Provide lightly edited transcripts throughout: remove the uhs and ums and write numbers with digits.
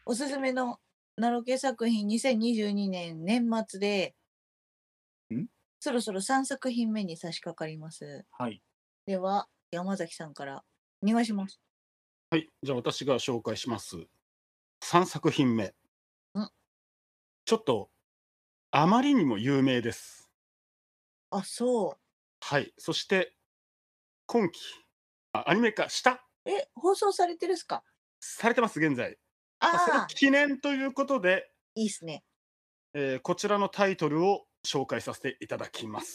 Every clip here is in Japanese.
おすすめのナロケ作品2022年年末で、 ん？ そろそろ3作品目に差し掛かります。 はい。 では、山崎さんからお願いします。 はい、じゃあ私が紹介します。3作品目。 ん、 ちょっとあまりにも有名です。 あ、そう。 はい。そして今期、アニメ化放送されてるっすか？ されてます、現在。そのああ、 記念ということで、 いいっすね。 こちらのタイトルを紹介させていただきます。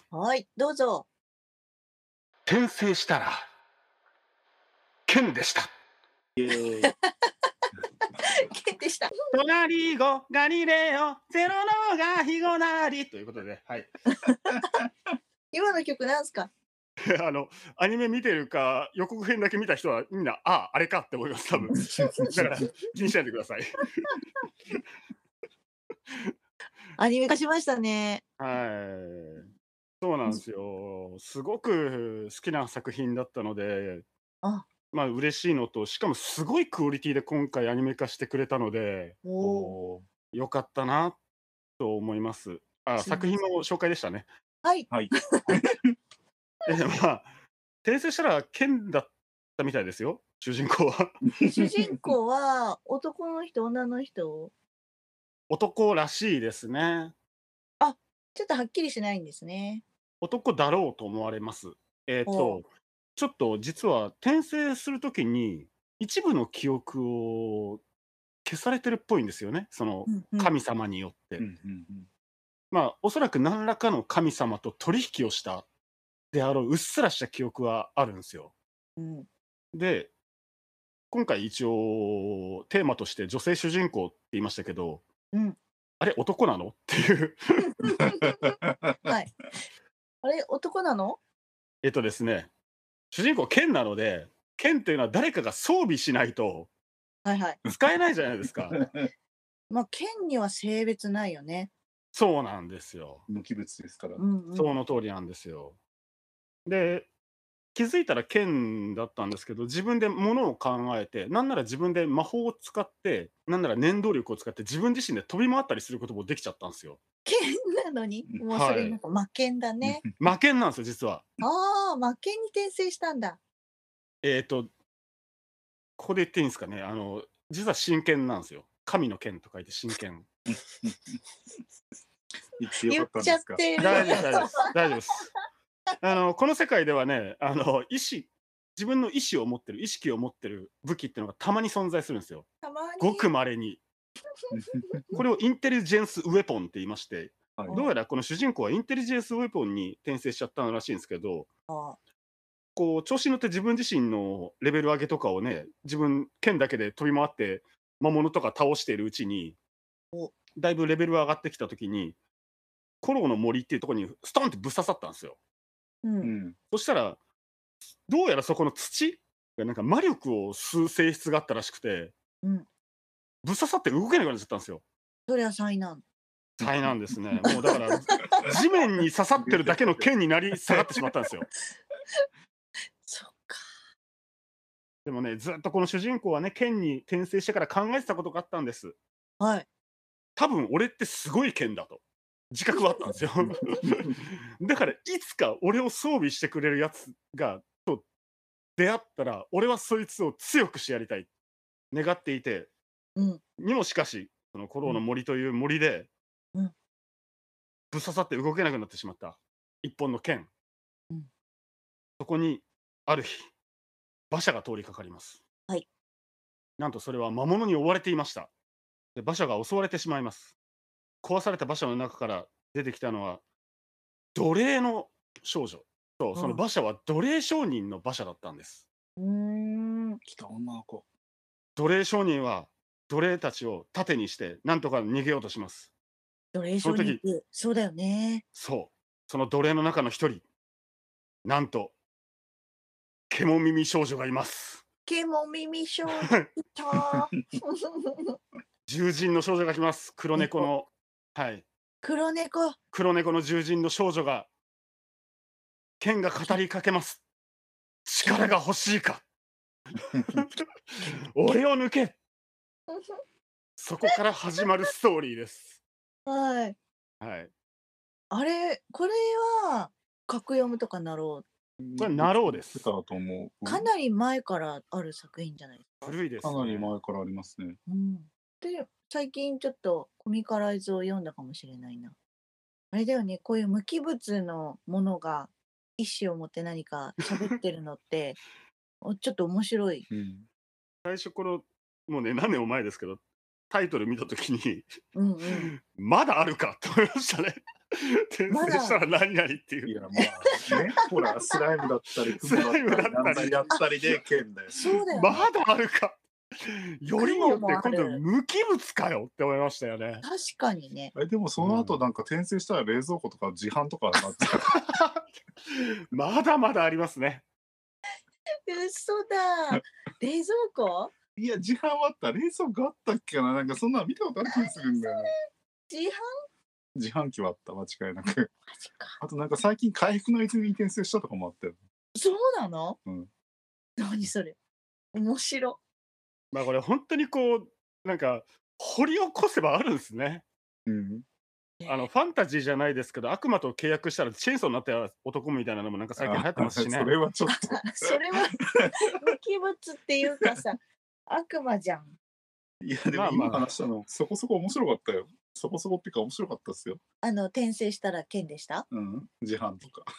はい、どうぞ。 転生したら、剣でした。 イエーイ。 ケンでした。 隣語ガリレオ、ゼロのがヒゴなりということで、はい。 今の曲なんすか？ あの、アニメ見てるか、予告編だけ見た人はみんな、ああ、あれかって思います、多分。だから気にしないでください。 アニメ化しましたね。 はい。そうなんですよ。すごく好きな作品だったので、 あ、 嬉しいのと、しかもすごいクオリティで今回アニメ化してくれたので、 おおお、 お。 良かったなと思います。あ、 すいません。 作品の紹介でしたね。 はい、 はい。はい。 え、転生したら剣だったみたいですよ、主人公は。 主人公は男の人、女の人？ 男らしいですね。 あ、ちょっとはっきりしないんですね。 男だろうと思われます。えっほう。 と、ちょっと実は転生する時に、一部の記憶を消されてるっぽいんですよね、そのうんうん。 神様によっうんて。 うんうん。 おそらく何らかの神様と取引をしたであろう、うっすらした記憶はあるんですよ。 うん。 で、今回一応テーマとして女性主人公って言いましたけど、 うん。 あれ、男なのっていう。 はい。あれ、男なの？ ですね、主人公剣なので、剣っていうのは誰かが装備しないとはいはい。 使えないじゃないですか。 剣には性別ないよね。 そうなんですよ。 無機物ですから。 うんうん。 その通りなんですよ。で、気づいたら剣だったんですけど、自分で物を考えて、なんなら自分で魔法を使って、なんなら念動力を使って自分自身で飛び回ったりすることもできちゃったんですよ。 剣なのに？ うん。 もうそれはい。 なんか魔剣だね。 魔剣なんですよ、実は。 ああ、魔剣に転生したんだ。 えっと、ここで言っていいんですかね。実は真剣なんですよ。神の剣と書いて真剣。 言ってよか言っちゃっったんですか？ てる。 大丈夫です、大丈夫です。大丈夫です。この世界ではね、自分の意志を持ってる、意識を持ってる武器っていうのがたまに存在するんですよ。 たまに。 ごく稀に。これをインテリジェンスウェポンって言いまして、 はい。 どうやらこの主人公はインテリジェンスウェポンに転生しちゃったらしいんですけど、 ああ、 こう調子に乗って自分自身のレベル上げとかをね、自分剣だけで飛び回って魔物とか倒しているうちに、 お、 だいぶレベルが上がってきた時に、コローの森っていうところにストンってぶっ刺さったんですよ。 うん。 うん。 そしたら、どうやらそこの土がなんか魔力を吸う性質があったらしくて、 うん。 ぶっ刺さって動けなくなっちゃったんですよ。 そりゃ災難。 災難ですね。もうだから、地面に刺さってるだけの剣になり下がってしまったんですよ。 そっか。 でもね、ずっとこの主人公はね、剣に転生してから考えてたことがあったんです。 はい。 多分俺ってすごい剣だと。自覚はあったんですよ。だからいつか俺を装備してくれるやつと出会ったら、俺はそいつを強くしてやりたい、願っていて、 うん、 にもしかし、そのコローのうん、 森という森で、 うん、 ぶっ刺さって動けなくなってしまった一本の剣。 うん。 そこにある日、馬車が通りかかります。 はい。 なんとそれは魔物に追われていました。で、馬車が襲われてしまいます。壊された馬車の中から出てきたのは、奴隷の少女。そう、そのああ。 馬車は奴隷商人の馬車だったんです。 うーん。 来た女の子。 奴隷商人は奴隷たちを盾にして、なんとか逃げようとします。 奴隷商人っその時、 て、そうだよね。 そう、その奴隷の中の一人、なんと、獣耳少女がいます。 獣耳少女いた。 獣人の少女が来ます。黒猫猫。 の、はい、 黒猫。 黒猫の獣人の少女が、剣が語りかけます。力獣が欲しいかけ俺を抜けそこから始まるストーリーです。 はい。 はい。 あれ、これは格読むとかなろう、 これナローでてたす。 と思う。 かなり前からある作品じゃないですか？ 古いですかなりね。 前からありますね。 うん。で、最近ちょっとコミカライズを読んだかもしれないな。あれだよね、こういう無機物のものが意思を持って何か喋ってるのって、ちょっと面白い。 うん。 最初もうね、何年も前ですけど、タイトル見た時にうんうん。 まだあるかって思いましたね。転まだ生したら何々っていう。 いや、まあ、ね、ほら、スライムだったり、 スライムだったりなんだりだったりで、剣だよ。 そうだよまね。 だあるか。よりによって今度雲もある。 無機物かよって思いましたよね。 確かにね。 でもその後なんか転生したら冷蔵庫とか自販とかになってまだまだありますね。 嘘だ。冷蔵庫？ いや、自販はあった。冷蔵庫あったっけかな、なんかそんなの見たことある気がするんだよね。 自販？ 自販機はあった、間違いなく。 マジか。 あとなんか最近回復の泉に転生したとかもあったよ。 そうなの？ うん。 何それ。面白。 まあこれ本当にこう、なんか掘り起こせばあるんですね。 うん。 ファンタジーじゃないですけど、悪魔と契約したらチェーンソーになった男みたいなのもなんか最近流行ってますしね。 それはちょっと。 それは無機物っていうかさ、悪魔じゃん。 いや、でも今話したの、そこそこ面白かったよ。そこそこっていうか面白かったっすよ。 転生したら剣でした？ うん。自販とか。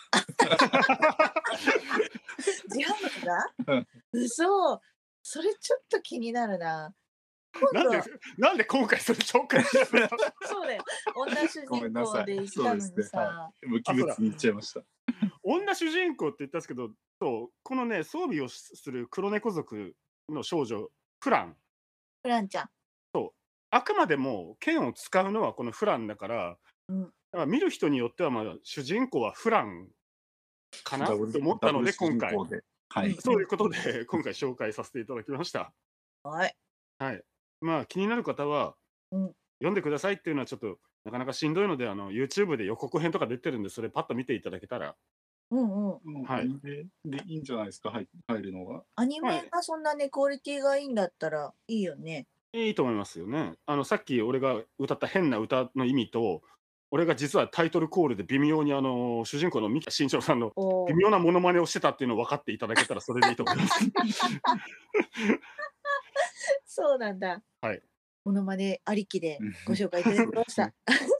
自販機が？ うん。 嘘。それちょっと気になるな。 なんで今回それ紹介しないの？ そうだよ。女主ごめんなさい。 人公で言ったのにそうですね。 さ。 はい。無機物に行っちゃいました。 女主人公って言ったんですけど、このね、装備をする黒猫族の少女、フラン。 フランちゃん。 あくまでも剣を使うのはこのフランだから、 うん。 だから見る人によってはまあ主人公はフランかなと思ったので、今回。 はい。 そういうことで、今回紹介させていただきました。 はい。 はい。まあ気になる方は、 うん。 読んでくださいっていうのはちょっとなかなかしんどいので、YouTube で予告編とか出てるんで、それパッと見ていただけたら。 うんうん。 もうはいアニメでいいんじゃないですか、入るのが。 アニメがそんなね、クオリティがいいんだったらいいよね。 いいと思いますよね。さっき俺が歌った変な歌の意味と、俺が実はタイトルコールで微妙に主人公の三木慎一郎さんの微妙なモノマネをしてたっていうのを分かっていただけたらそれでいいと思います。 そうなんだ。 はい。 モノマネありきでご紹介いただきました。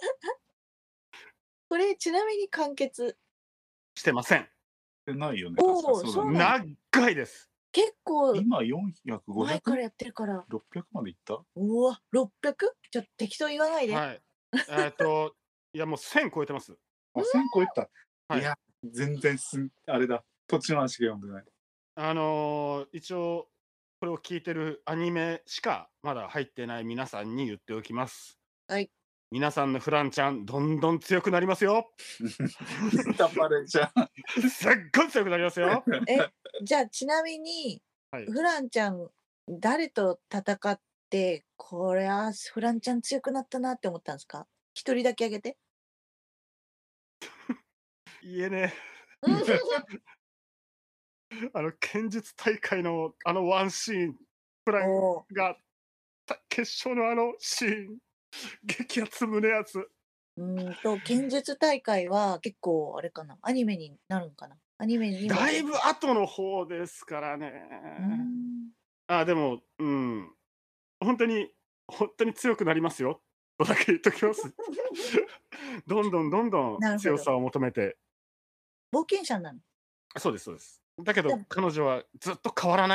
これちなみに完結してません。 してないよね。 そう長いです。 結構今400、 前から 500、 やってるから。 600までいった？ うわ、600？ ちょっと適当言わないで。 はい。いやもう1000超えてます。 あ、1000超えた。 はい。 いや、全然あれだ。途中の話が読んでない。 一応これを聞いてるアニメしかまだ入ってない皆さんに言っておきます。 はい。 皆さんのフランちゃんどんどん強くなりますよ。 ネタバレじゃん。 すっごい強くなりますよ。 じゃあちなみに、 はい。 フランちゃん誰と戦ってこれはフランちゃん強くなったなって思ったんですか？一人だけあげて。 言えねえ。剣術大会のワンシーン、フランが決勝のシーン、激アツ胸熱。 剣術大会は結構あれかな、アニメになるんかな。アニメにも。 だいぶ後の方ですからね。でも、本当に強くなりますよ。とだけ言っときます。どんどん強さを求めて。 冒険者なの？ そうです、そうです。だけど彼女はずっと変わらない。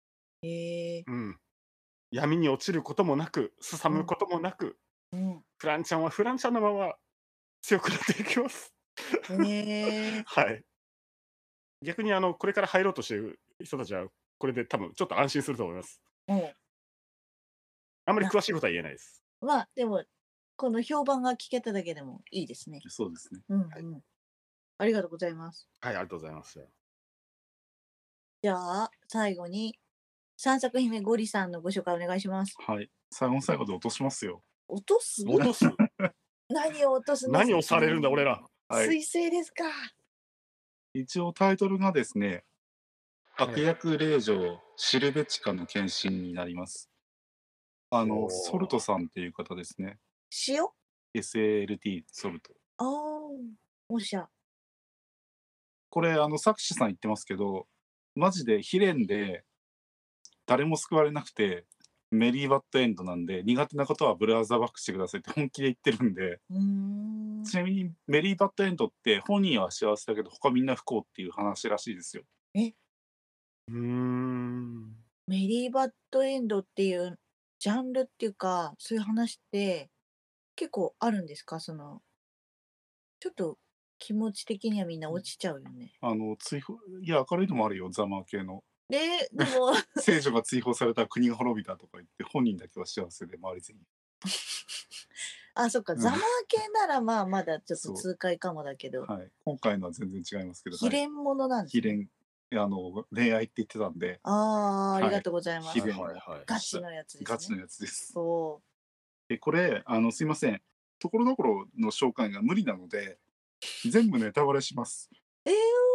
闇に落ちることもなく、すさむこともなく、フランちゃんはフランちゃんのまま強くなっていきます。はい。逆にこれから入ろうとしている人たちは、これで多分ちょっと安心すると思います。あんまり詳しいことは言えないです。 まあ、でも、この評判が聞けただけでもいいですね。 そうですね。 ありがとうございます。 はい、ありがとうございます。 じゃあ、最後に、3作品目、ゴリさんのご紹介お願いします。 はい。最後の最後で落としますよ。 落とす？何を落とすの？ 何をされるんだ、俺ら。 彗星ですか。 一応タイトルがですね、悪役令嬢シルベチカの献身になります。 ソルトさんっていう方ですね。 塩？ SALT、ソルト。 ああ、おしゃ。 これ、作者さん言ってますけど、マジで悲恋で誰も救われなくて、メリーバッドエンドなんで、苦手なことはブラザーバックしてくださいって本気で言ってるんで、ちなみにメリーバッドエンドって本人は幸せだけど他みんな不幸っていう話らしいですよ。 え、 うーん。 メリーバッドエンドっていうジャンルっていうか、そういう話って結構あるんですか？ちょっと気持ち的にはみんな落ちちゃうよね。 いや、明るいのもあるよ、ザマー系の。 でも聖女が追放されたら国が滅びたとか言って、本人だけは幸せで周り全員。 あ、そっか、 うんザマー系ならまあまだちょっとそう痛快かもだけど、 はい。今回のは全然違いますけど、 悲恋ものなんです悲ね。 恋、恋愛って言ってたんで、 ああ、ありがとうございます。 悲恋をガチのやつですね。 ガチのやつです。 そで、これ、すいません。ところどころの紹介が無理なので、全部ネタバレします。 う。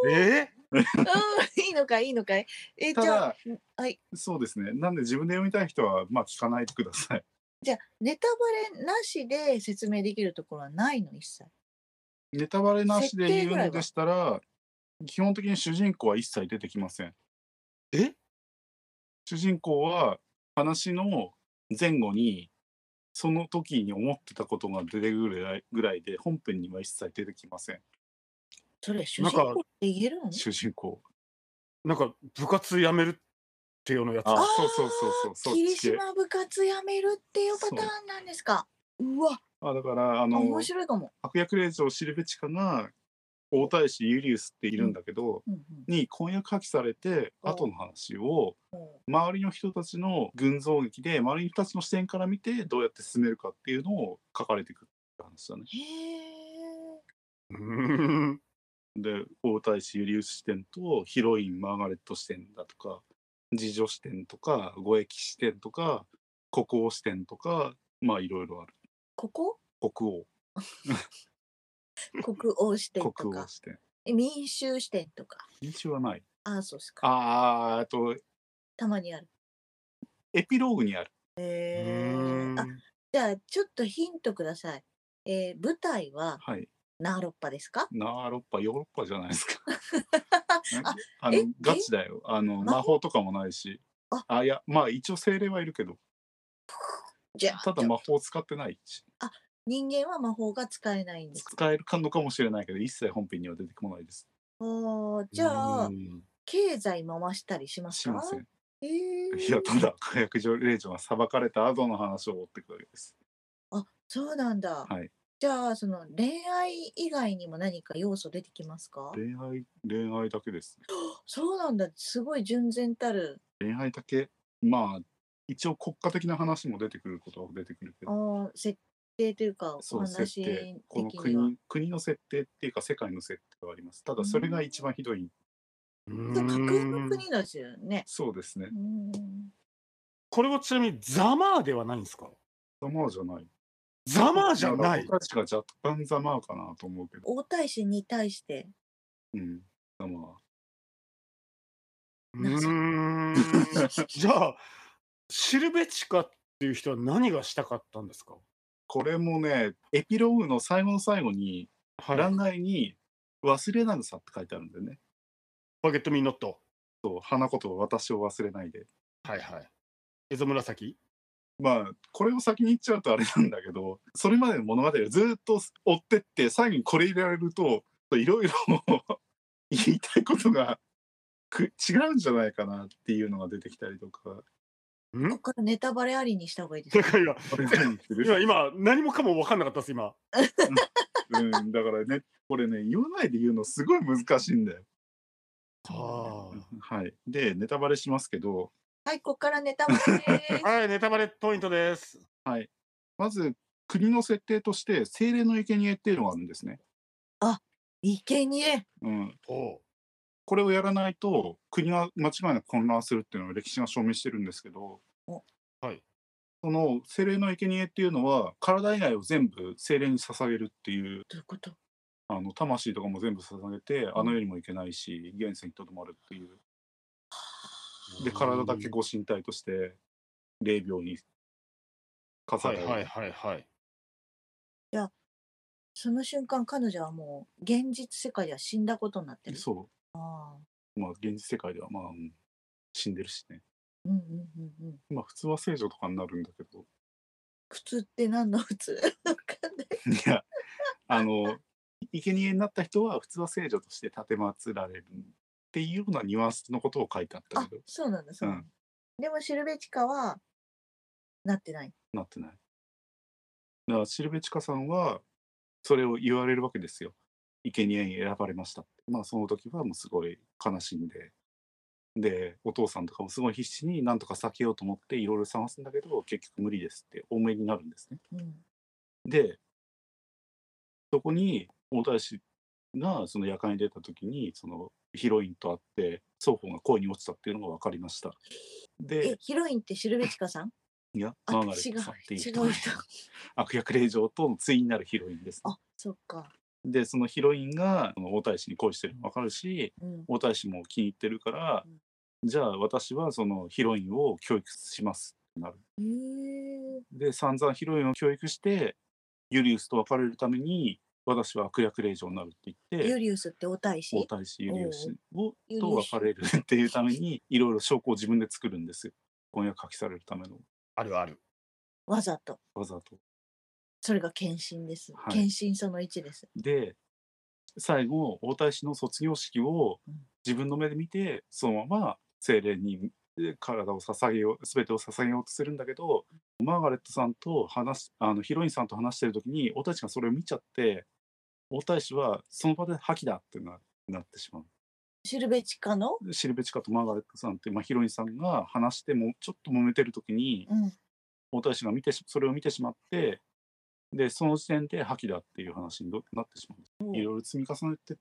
いいのかいいのかい。 たじゃあ、 だ、 はい。 そうですね。なんで自分で読みたい人は、まあ聞かないでください。 じゃあ、ネタバレなしで説明できるところはないの、一切。 ネタバレなしで設定ぐらいは言うんでしたら、基本的に主人公は一切出てきません。 え主人公は話の前後にその時に思ってたことが出てくるぐらいで本編には一切出てきません。 それ、主なんか人公って言えるの？ 主人公。 なんか部活やめるっていうようなやつ。 あ、 あそうそうそうそう、そっ霧ち系。 島部活やめるっていうパターンなんですか。うわ、 だから面白いかも。 悪役令嬢シルベチカが王太子ユリウスっているんだけど、 うんうんに婚約破棄されて後の話を周りの人たちの群像劇で周りの人たちの視点から見てどうやって進めるかっていうのを書かれていくって話だね。 へえ。 うーん。 で皇太子ユリウス視点とヒロインマーガレット視点だとか次女視点とか護衛視点とか国王視点とかまあいろいろある。 ここ？ 国王国王視点と国王か、 視点。 民衆視点とか。 印象はない。 そうですか。たまにある。 エピローグにある。 じゃあ、ちょっとヒントください。舞台ははい。 ナーロッパですか？ ナーロッパ、ヨーロッパじゃないですか。 えガチだよ。魔法とかもないし。いや、まあ一応精霊はいるけど、 じゃあ、 ただ魔法を使ってないし。 人間は魔法が使えないんです。 使えるのかもしれないけど、一切本編には出てこないです。 じゃあ、経済回したりしますか？ しません。 いや、ただ火薬令嬢が裁かれた後の話を追っていくわけです。 そうなんだ。 はい。 じゃあ、恋愛以外にも何か要素出てきますか？ 恋愛だけです。 そうなんだ。すごい純然たる。 恋愛だけ。まあ、一応国家的な話も出てくることは出てくるけど。 設定というか、おそう、設話定。この的には。 国の設定っていうか世界の設定があります。ただそれが一番ひどい。 架空の国ですよね。 そうですね。 これはちなみにザマーではないんですか？ ザマーじゃない。 ザマーじゃない。 王太子が若干ザマーかなと思うけど。 王太子に対して。 ザマー。じゃあ、シルベチカっていう人は何がしたかったんですか？ これもね、エピローグの最後の最後に、欄外に忘れなぐさって書いてあるんだよね。 バゲットミーノット。 そう、花言葉私を忘れないで。 はいはい。エゾ紫？ まあ、これを先に言っちゃうとあれなんだけど、それまでの物語をずっと追ってって、最後にこれ入れられると、いろいろ言いたいことが違うんじゃないかなっていうのが出てきたりとか。 ここからネタバレありにした方がいいですか？ 今、何もかも分かんなかったです、今。 だからね、これね、言わないで言うのすごい難しいんだよ。はい。で、ネタバレしますけど。 はい、ここからネタバレです。 はい、ネタバレポイントです。 はい。まず、国の設定として、精霊の生贄っていうのがあるんですね。 生贄。 これをやらないと、国が間違いなく混乱するっていうのを歴史が証明してるんですけど、 はい。 その精霊の生贄っていうのは、体以外を全部精霊に捧げるっていう。 どういうこと？ 魂とかも全部捧げて、あの世にも行けないし、現世にとどまるっていう。で、体だけご神体として、霊廟にはいはい笠が。 はいはい。 いや、その瞬間彼女はもう現実世界では死んだことになってる。 そああ。 う。まあ現実世界では死んでるしね。 うんうんうんうん。 まあ普通は聖女とかになるんだけど。 普通って何の普通わかんない。 いや、生贄になった人は普通は聖女として奉られるっていうようなニュアンスのことを書いてあったけあ、 ど、 そうなんだ、そうなんだ。 うん、 でもシルベチカはなってない。 なってない。だからシルベチカさんはそれを言われるわけですよ。生贄に選ばれましたって。まあその時はもうすごい悲しんで、で、お父さんとかもすごい必死になんとか避けようと思っていろいろ探すんだけど、結局無理ですってお目になるんですね。 うん。 で、そこに大太子がその夜間に出た時に、そのヒロインと会って双方が恋に落ちたっていうのが分かりました。で、 ヒロインってシルベチカさん？ いや、 あ、 マーガレットさんっていう違人う人。 悪役令嬢との対になるヒロインですね。 あ、そっか。 で、そのヒロインが大太子に恋してるの分かるし、 うん。 大太子も気に入ってるから、じゃあ私はそのヒロインを教育しますってなる。 へえ。 で、散々ヒロインを教育して、ユリウスと別れるために、私は悪役令嬢になるって言って、 ユリウスってお大大使？ 太子ユリウスユリとウス別れるっていうために、いろいろ証拠を自分で作るんですよ。婚約破棄されるための、 あるある。 わざと。 わざと。 それが献身です。 はい献身その1です。 で、最後、大太子の卒業式を自分の目で見て、そのまま精霊に体を捧げよう、全てを捧げようとするんだけど、マーガレットさんとヒロインさんと話してる時に、大太子がそれを見ちゃって、大太子はその場で破棄だってなってしまう。 シルベチカの？ シルベチカとマーガレットさんって、ヒロインさんが話してもちょっと揉めてる時に、 うん。 大太子がそれを見てしまって、で、その時点で破棄だっていう話になってしまう。いろいろ積み重ねてって、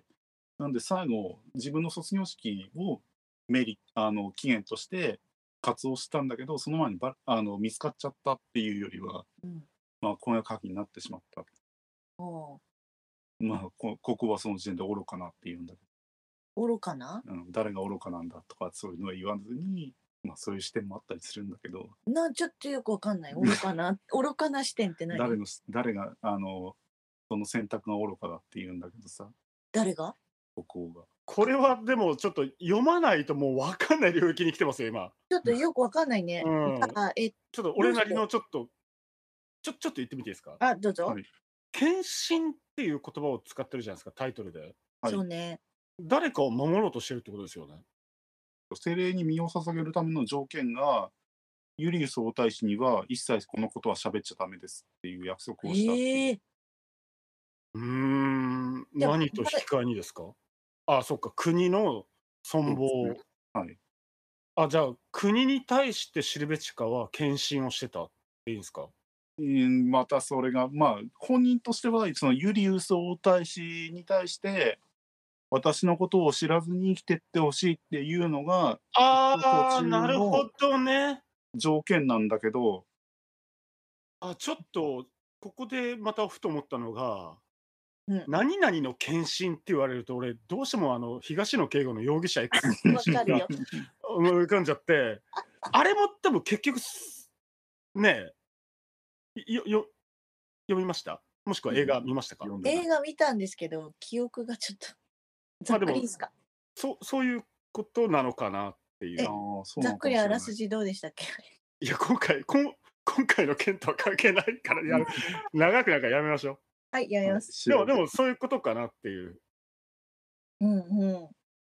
なんで最後、自分の卒業式を期限として活動したんだけど、その前に見つかっちゃったっていうよりは、 うん。 婚約破棄になってしまった。 おここはその時点で愚かなって言うんだけ愚かな？ ど、誰が愚かなんだとかそういうのは言わずに、そういう視点もあったりするんだけど、 ちょっとよくわかんない。愚かな愚かな視点って何？ 誰がその選択が愚かだって言うんだけどさ、 誰が？ 国王が。 これはでもちょっと読まないともう分かんない領域に来てますよ、今。 ちょっとよくわかんないね。 うん。 あ、 ちょっと俺なりのちょっと言ってみていいですか？ どうぞ。 はい。 献身っていう言葉を使ってるじゃないですか、タイトルで。 はいそうね。 誰かを守ろうとしてるってことですよね。 精霊に身を捧げるための条件が、ユリウス王太子には一切このことは喋っちゃダメですっていう約束をしたっていう。 でも何と引き換えにですか？あ、そっか、国の存亡。 そうですね。はい。 じゃあ、国に対してシルベチカは献身をしてたっていいんですか？ またそれが、本人としては、そのユリウス王太子に対して、私のことを知らずに生きてってほしいっていうのが、途中なるほのどね。 条件なんだけど、 ちょっと、ここでまたふと思ったのが、 うん何々の献身って言われると、俺どうしても東野圭吾の容疑者 X わかるよ。 思い浮かんじゃって、あれも多分結局ねえ、読みました？もしくは映画見ましたか？ 読んでない。 映画見たんですけど、記憶がちょっとざっくりですか？ そういうことなのかなっていう。 そうなのざっくりあかもしれない。 らすじどうでしたっけ？ いや、今回の件とは関係ないから、長くなんかやめましょう。 はい、やめます。 でもそういうことかなっていう。 うんうん。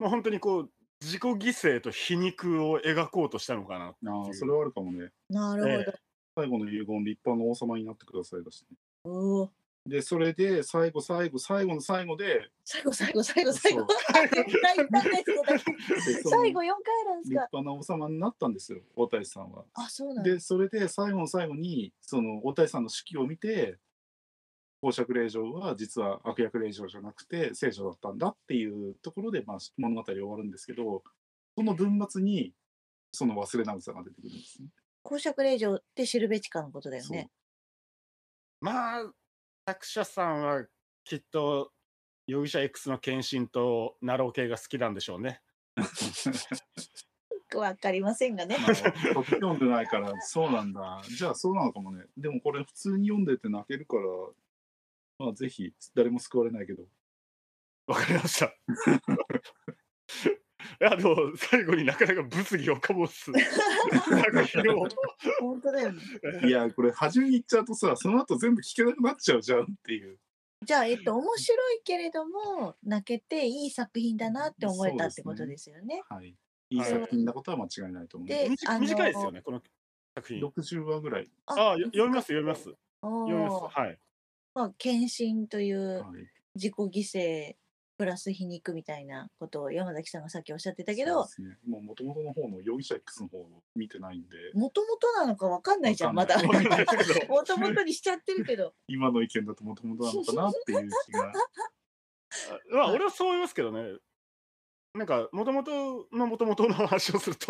本当にこう、自己犠牲と皮肉を描こうとしたのかなっていう。 それはあるかもね。 なるほど。 最後の遺言、立派な王様になってくださいだしね。 おお。 で、それで、最後の最後で、 最後。 そう 4回言ったんですけど、最後4回なんです立か？ 派な王様になったんですよ、大太子さんは。 そうなんだ。 で、それで最後の最後に、その大太子さんの手記を見て、公爵令嬢は実は悪役令嬢じゃなくて聖女だったんだっていうところで、物語終わるんですけど、その文末にその忘れなさが出てくるんですね。 公爵令嬢ってシルベチカのことだよそう。 ね。 作者さんはきっと容疑者 X の献身とナロー系が好きなんでしょうね。 わかりませんがね。 まあ、僕読んでないから、そうなんだ。じゃあそうなのかもね。でもこれ普通に読んでて泣けるから、まあぜひ、誰も救われないけど。 わかりました。いや、でも最後になかなか物議を醸す作品を。 本当だよね。 いや、これ初めに言っちゃうとさ、その後全部聞けなくなっちゃうじゃんっていう。 じゃあ、面白いけれども、泣けていい作品だなって思えたってことですよね。 はい。いい作品なことは間違いないと思う。 で、 短いですよね、この作品。 60話ぐらい。 読みます。読みます。はい。 まあ、献身というはい。 自己犠牲プラス皮肉みたいなことを山崎さんがさっきおっしゃってたけど、 そうですね。もう元々の方の容疑者 X の方を見てないんで、 もともとなのかわかんないじゃん、まだ。 わかんないわかんないですけどもともとにしちゃってるけど。 今の意見だと元々なのかなっていう気が。 まあ、俺はそう思いますけどね。なんか、もともとの話をすると、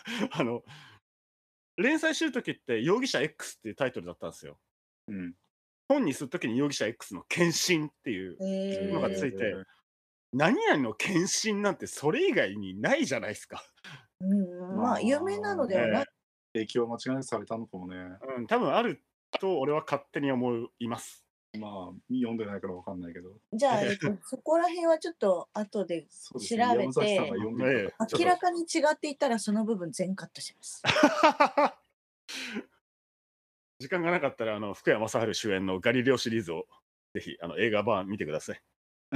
連載してる時って、容疑者 X っていうタイトルだったんですよ。 うん。 本にするときに容疑者 X の献身っていうのがついて、何々の献身なんてそれ以外にないじゃないですか。 まあ、有名なのではない。 影響は間違いなくされたのかもね。 多分あると俺は勝手に思います。 まあ、読んでないからわかんないけど。 じゃあ、そこら辺はちょっと後で調べて、 山崎さんが読んでるから明らかに違っていたらその部分全カットします。 時間がなかったら福山雅治主演のガリレオシリーズをぜひ映画版見てください。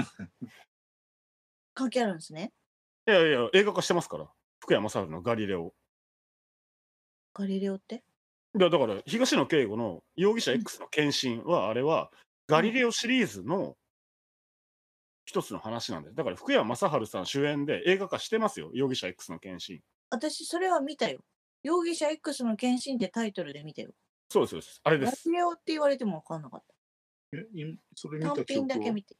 関係あるんですね。 いやいや、映画化してますから。福山雅治のガリレオ。 ガリレオってだから東野圭吾の容疑者 X の献身は、あれはガリレオシリーズの一つの話なんです。だから福山雅治さん主演で映画化してますよ、容疑者 X の献身。 私、それは見たよ。容疑者 X の献身ってタイトルで見たよ。 そうです。あれです。 ガリレオって言われても分かんなかった。 それ見た単品だけ見て。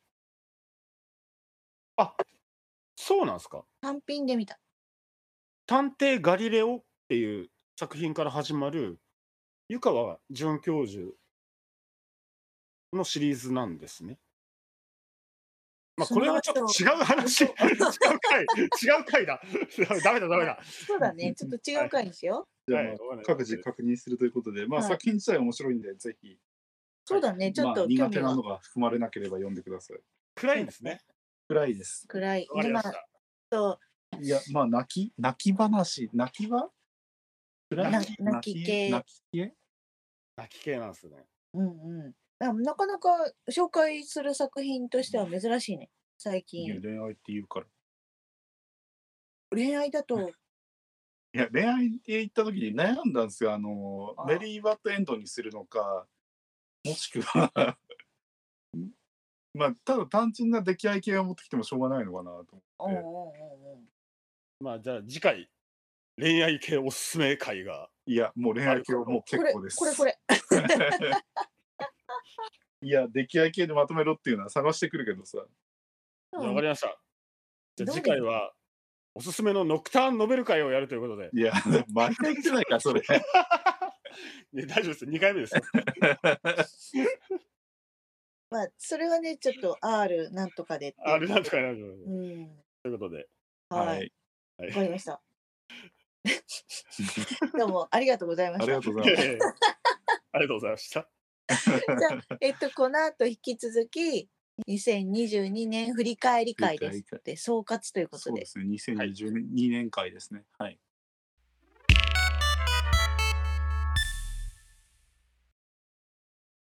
あ、そうなんですか。 単品で見た。 探偵ガリレオっていう作品から始まる湯川准教授のシリーズなんですね。まあ、これはちょっと違う話。違う回だ。ダメだ。 そうだね。ちょっと違う回にしよう。じゃあ、各自確認するということで、まあ、作品自体面白いんで、ぜひ。 そうだね。ちょっと苦手なのが含まれなければ読んでください。 暗いんですね。 暗いです。 暗い。 いや、まあ、泣き話、泣きは泣き系なんですね。 なかなか紹介する作品としては珍しいね。最近。 恋愛って言うから。 恋愛だと。 いや、恋愛って言った時に悩んだんですよ。メリーバッドエンドにするのか、もしくはまあ、ただ単純な溺愛系を持ってきてもしょうがないのかなと思って。 まあ、じゃあ次回、恋愛系おすすめ回が。 いや、もう恋愛系はもう結構です。 これ。 いや、溺愛系でまとめろっていうのは探してくるけどさ。 わかりました。じゃあ次回は、おすすめのノクターンノベル会をやるということで。 いや、毎回言ってないか、それ。 大丈夫です。2回目です。 まあ、それはね、ちょっと R なんとかで。 R なんとかなるということで。 はい。わかりました。どうもありがとうございました。 ありがとうございました。 ありがとうございました。 じゃあ、この後引き続き、2022年振り返り会です。で、総括ということで。 そうですね、2022年会ですね。はい。